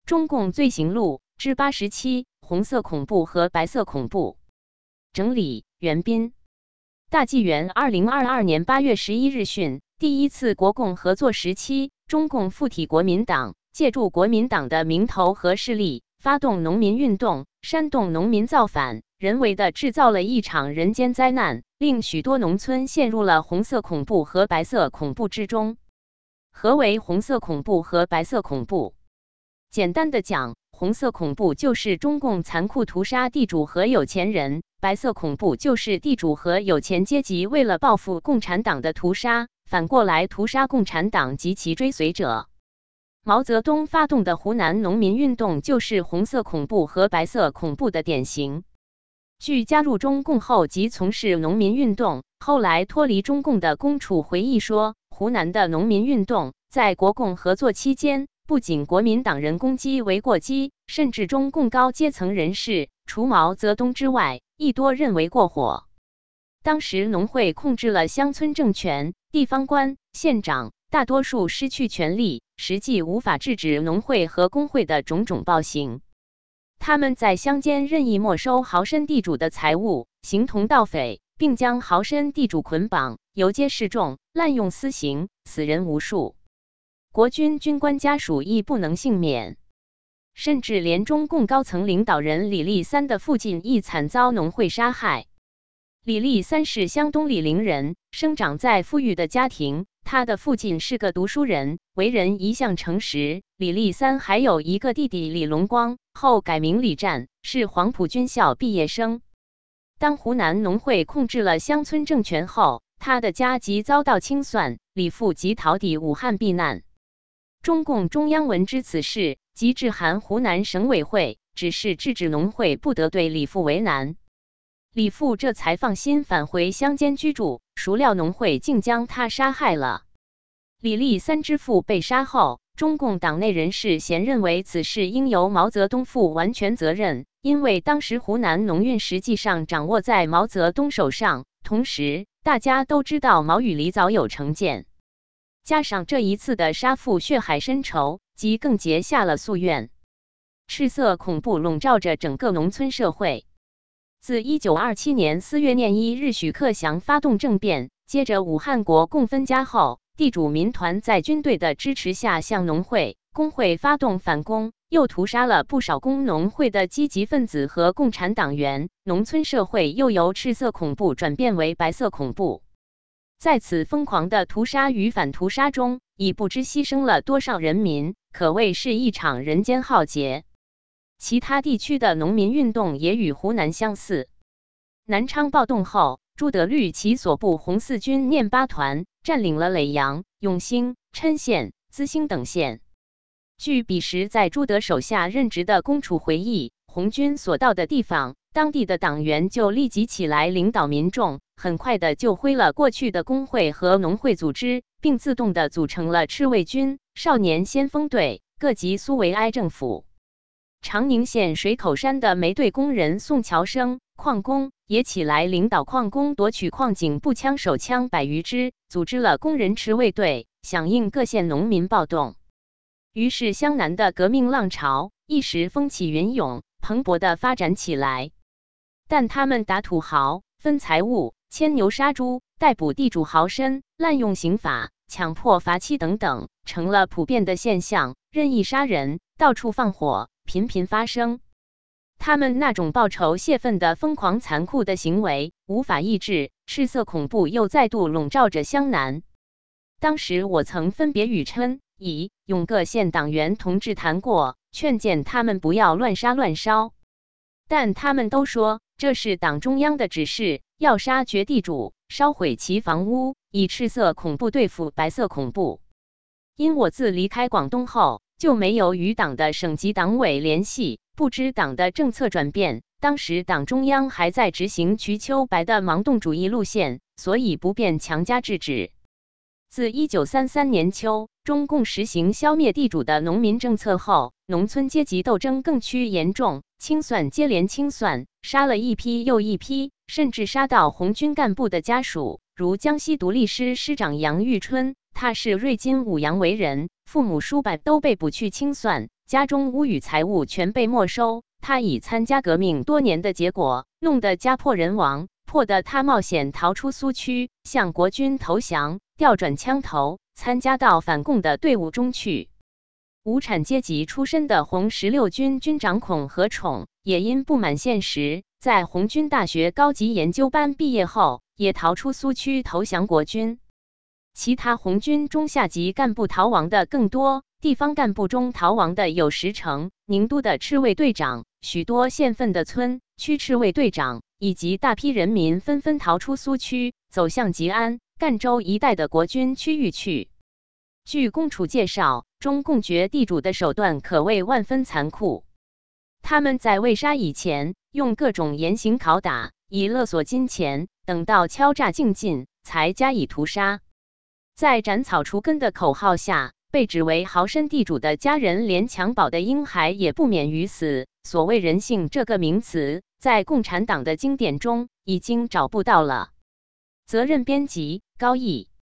中共罪行录之87：红色恐怖和白色恐怖。整理：袁斌。大纪元2022年8月11日讯，第一次国共合作时期，中共附体国民党，借助国民党的名头和势力，发动农民运动，煽动农民造反，人为的制造了一场人间灾难，令许多农村陷入了红色恐怖和白色恐怖之中。何为红色恐怖和白色恐怖？简单的讲，红色恐怖就是中共残酷屠杀地主和有钱人，白色恐怖就是地主和有钱阶级为了报复共产党的屠杀，反过来屠杀共产党及其追随者。毛泽东发动的湖南农民运动就是红色恐怖和白色恐怖的典型。据加入中共后即从事农民运动，后来脱离中共的龚楚回忆说，湖南的农民运动在国共合作期间，不仅国民党人攻击为过激，甚至中共高阶层人士除毛泽东之外，亦多认为过火。当时农会控制了乡村政权，地方官、县长大多数失去权力，实际无法制止农会和工会的种种暴行。他们在乡间任意没收豪绅地主的财物，形同盗匪，并将豪绅地主捆绑，游街示众，滥用私刑，死人无数。国军军官家属亦不能幸免，甚至连中共高层领导人李立三的父亲亦惨遭农会杀害。李立三是湘东醴陵人，生长在富裕的家庭，他的父亲是个读书人，为人一向诚实。李立三还有一个弟弟李龙光，后改名李湛，是黄埔军校毕业生。当湖南农会控制了乡村政权后，他的家即遭到清算，李父即逃抵武汉避难。中共中央闻知此事，即致函湖南省委会，指示制止农会不得对李父为难。李父这才放心返回乡间居住，孰料农会竟将他杀害了。李立三之父被杀后，中共党内人士咸认为此事应由毛泽东负完全责任，因为当时湖南农运实际上掌握在毛泽东手上，同时大家都知道毛与黎早有成见。加上这一次的杀父血海深仇，即更结下了夙愿。赤色恐怖笼罩着整个农村社会。自1927年4月1日许克祥发动政变，接着武汉国共分家后，地主民团在军队的支持下向农会、工会发动反攻，又屠杀了不少工农会的积极分子和共产党员，农村社会又由赤色恐怖转变为白色恐怖。在此疯狂的屠杀与反屠杀中，已不知牺牲了多少人民，可谓是一场人间浩劫。其他地区的农民运动也与湖南相似。南昌暴动后，朱德律其所部红四军念八团占领了耒阳、永兴、郴县、资兴等县。据彼时在朱德手下任职的龚楚回忆，红军所到的地方，当地的党员就立即起来领导民众，很快的就挥了过去的工会和农会组织，并自动的组成了赤卫军、少年先锋队，各级苏维埃政府。长宁县水口山的煤队工人宋乔生，矿工也起来领导矿工夺取矿井步枪手枪100余支，组织了工人持卫队，响应各县农民暴动。于是湘南的革命浪潮一时风起云涌，蓬勃地发展起来。但他们打土豪、分财物、牵牛杀猪、逮捕地主豪绅、滥用刑法、强迫罚期等等，成了普遍的现象，任意杀人，到处放火，频频发生。他们那种报仇泄愤的疯狂残酷的行为无法抑制，赤色恐怖又再度笼罩着湘南。当时我曾分别与郴、乙、永各县党员同志谈过，劝谏他们不要乱杀乱烧，但他们都说这是党中央的指示，要杀绝地主，烧毁其房屋，以赤色恐怖对付白色恐怖。因我自离开广东后，就没有与党的省级党委联系，不知党的政策转变。当时党中央还在执行瞿秋白的盲动主义路线，所以不便强加制止。自1933年秋，中共实行消灭地主的农民政策后，农村阶级斗争更趋严重，清算接连清算，杀了一批又一批，甚至杀到红军干部的家属，如江西独立师师长杨玉春，他是瑞金五羊为人，父母叔伯都被捕去清算， 家中屋宇财物全被没收。他以参加革命多年的结果，弄得家破人亡，迫得他冒险逃出苏区，向国军投降，调转枪头，参加到反共的队伍中去。无产阶级出身的红16军军长孔和宠，也因不满现实，在红军大学高级研究班毕业后，也逃出苏区投降国军。其他红军中下级干部逃亡的更多，地方干部中逃亡的有10成，宁都的赤卫队长、许多县份的村区赤卫队长以及大批人民纷纷逃出苏区，走向吉安、赣州一带的国军区域去。据龚楚介绍，中共掘地主的手段可谓万分残酷。他们在未杀以前，用各种严刑拷打，以勒索金钱，等到敲诈尽尽，才加以屠杀。在斩草除根的口号下，被指为豪绅地主的家人，连襁褓的婴孩也不免于死。所谓人性这个名词，在共产党的经典中已经找不到了。责任编辑：高毅。